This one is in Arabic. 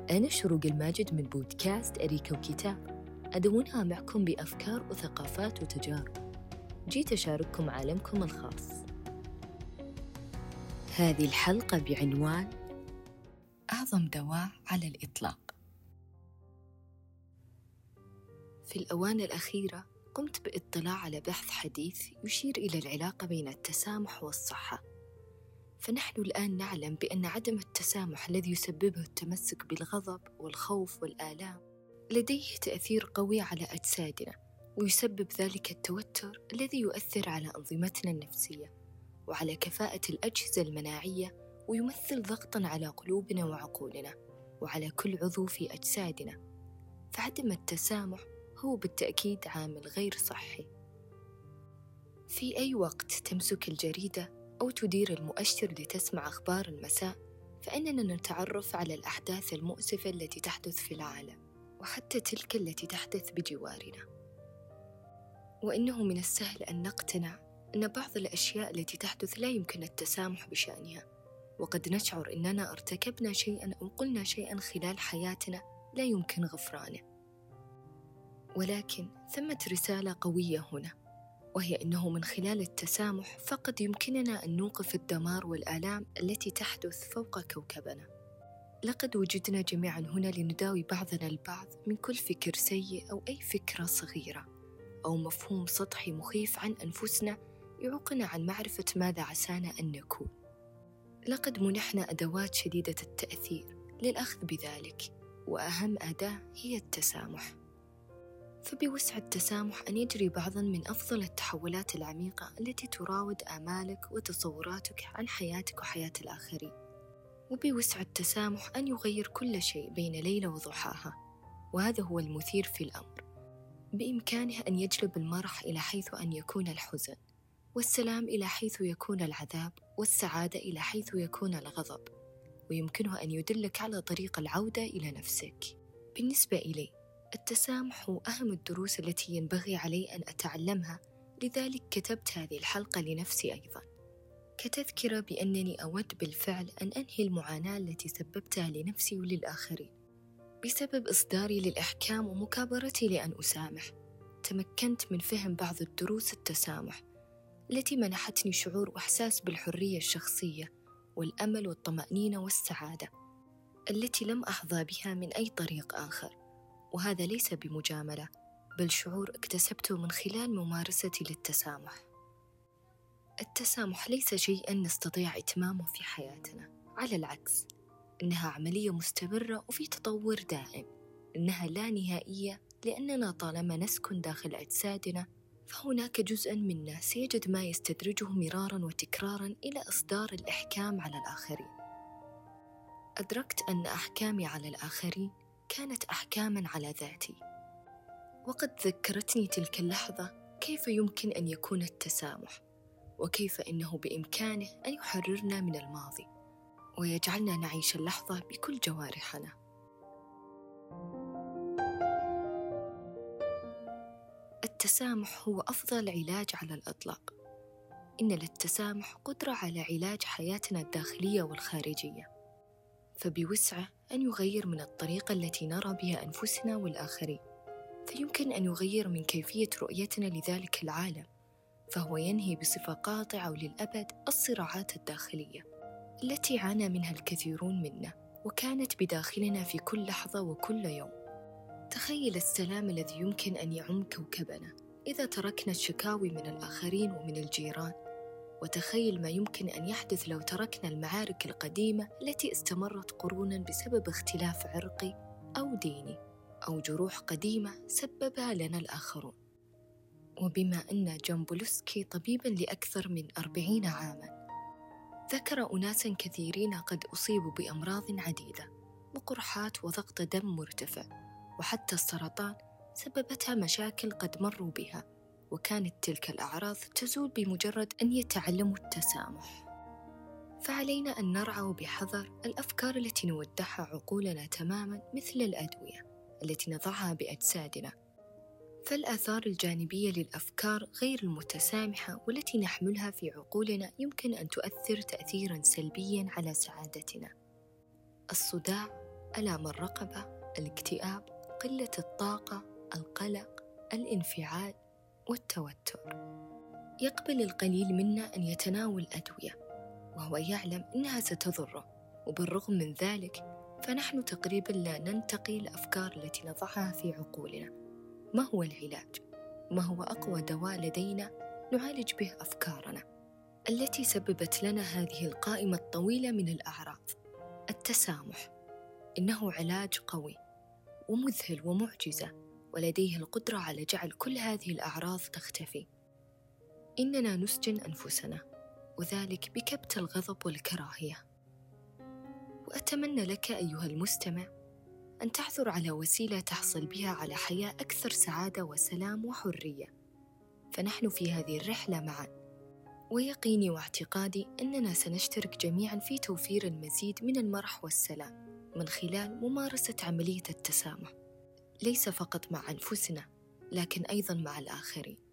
أنا شروق الماجد من بودكاست أريكة وكتاب، أدونها معكم بأفكار وثقافات وتجارب. جيت أشارككم عالمكم الخاص. هذه الحلقة بعنوان أعظم دواء على الإطلاق. في الأوان الأخيرة قمت باطلاع على بحث حديث يشير إلى العلاقة بين التسامح والصحة. فنحن الآن نعلم بأن عدم التسامح الذي يسببه التمسك بالغضب والخوف والآلام لديه تأثير قوي على أجسادنا، ويسبب ذلك التوتر الذي يؤثر على أنظمتنا النفسية وعلى كفاءة الأجهزة المناعية، ويمثل ضغطاً على قلوبنا وعقولنا وعلى كل عضو في أجسادنا. فعدم التسامح هو بالتأكيد عامل غير صحي. في أي وقت تمسك الجريدة أو تدير المؤشر لتسمع أخبار المساء، فإننا نتعرف على الأحداث المؤسفة التي تحدث في العالم، وحتى تلك التي تحدث بجوارنا. وإنه من السهل أن نقتنع أن بعض الأشياء التي تحدث لا يمكن التسامح بشأنها، وقد نشعر أننا ارتكبنا شيئاً أو قلنا شيئاً خلال حياتنا لا يمكن غفرانه. ولكن ثمة رسالة قوية هنا، وهي أنه من خلال التسامح فقط يمكننا أن نوقف الدمار والآلام التي تحدث فوق كوكبنا. لقد وجدنا جميعاً هنا لنداوي بعضنا البعض من كل فكر سيء أو أي فكرة صغيرة أو مفهوم سطحي مخيف عن أنفسنا يعوقنا عن معرفة ماذا عسانا أن نكون. لقد منحنا أدوات شديدة التأثير للأخذ بذلك، وأهم أداة هي التسامح. فبوسع التسامح أن يجري بعضاً من أفضل التحولات العميقة التي تراود آمالك وتصوراتك عن حياتك وحياة الآخرين. وبوسع التسامح أن يغير كل شيء بين ليلة وضحاها، وهذا هو المثير في الأمر. بإمكانه أن يجلب المرح إلى حيث أن يكون الحزن، والسلام إلى حيث يكون العذاب، والسعادة إلى حيث يكون الغضب، ويمكنه أن يدلك على طريق العودة إلى نفسك. بالنسبة إلي، التسامح هو أهم الدروس التي ينبغي علي أن أتعلمها، لذلك كتبت هذه الحلقة لنفسي أيضاً، كتذكرة بأنني أود بالفعل أن أنهي المعاناة التي سببتها لنفسي وللآخرين. بسبب إصداري للإحكام ومكابرتي لأن أسامح، تمكنت من فهم بعض الدروس التسامح التي منحتني شعور وإحساس بالحرية الشخصية والأمل والطمأنينة والسعادة التي لم أحظى بها من أي طريق آخر. وهذا ليس بمجاملة، بل شعور اكتسبته من خلال ممارستي للتسامح. التسامح ليس شيئاً نستطيع إتمامه في حياتنا، على العكس، إنها عملية مستمرة وفي تطور دائم. إنها لا نهائية، لأننا طالما نسكن داخل أجسادنا فهناك جزء منا سيجد ما يستدرجه مراراً وتكراراً إلى إصدار الإحكام على الآخرين. أدركت أن أحكامي على الآخرين كانت أحكاماً على ذاتي، وقد ذكرتني تلك اللحظة كيف يمكن أن يكون التسامح، وكيف إنه بإمكانه أن يحررنا من الماضي ويجعلنا نعيش اللحظة بكل جوارحنا. التسامح هو أفضل علاج على الإطلاق. إن للتسامح قدرة على علاج حياتنا الداخلية والخارجية، فبوسعه أن يغير من الطريقة التي نرى بها أنفسنا والآخرين، فيمكن أن يغير من كيفية رؤيتنا لذلك العالم، فهو ينهي بصفة قاطعة وللأبد الصراعات الداخلية التي عانى منها الكثيرون منا وكانت بداخلنا في كل لحظة وكل يوم. تخيل السلام الذي يمكن أن يعم كوكبنا إذا تركنا الشكاوي من الآخرين ومن الجيران، وتخيل ما يمكن أن يحدث لو تركنا المعارك القديمة التي استمرت قرونا بسبب اختلاف عرقي أو ديني أو جروح قديمة سببها لنا الآخرون. وبما أن جون بولوسكي طبيباً لأكثر من 40 عاماً ذكر أناساً كثيرين قد أصيبوا بأمراض عديدة وقرحات وضغط دم مرتفع، وحتى السرطان سببتها مشاكل قد مروا بها، وكانت تلك الأعراض تزول بمجرد أن يتعلموا التسامح. فعلينا أن نرعى بحذر الأفكار التي نودعها عقولنا تماماً مثل الأدوية التي نضعها بأجسادنا، فالآثار الجانبية للأفكار غير المتسامحة والتي نحملها في عقولنا يمكن أن تؤثر تأثيراً سلبياً على سعادتنا. الصداع آلام الرقبة، الاكتئاب، قلة الطاقة، القلق، الانفعال والتوتر. يقبل القليل منا أن يتناول أدوية وهو يعلم أنها ستضره، وبالرغم من ذلك فنحن تقريبا لا ننتقي الأفكار التي نضعها في عقولنا. ما هو العلاج؟ ما هو أقوى دواء لدينا نعالج به أفكارنا التي سببت لنا هذه القائمة الطويلة من الأعراض؟ التسامح. إنه علاج قوي ومذهل ومعجزة، ولديه القدرة على جعل كل هذه الأعراض تختفي. إننا نسجن أنفسنا، وذلك بكبت الغضب والكراهية. وأتمنى لك أيها المستمع أن تعثر على وسيلة تحصل بها على حياة أكثر سعادة وسلام وحرية، فنحن في هذه الرحلة معا، ويقيني واعتقادي أننا سنشترك جميعا في توفير المزيد من المرح والسلام من خلال ممارسة عملية التسامح، ليس فقط مع أنفسنا لكن أيضا مع الآخرين.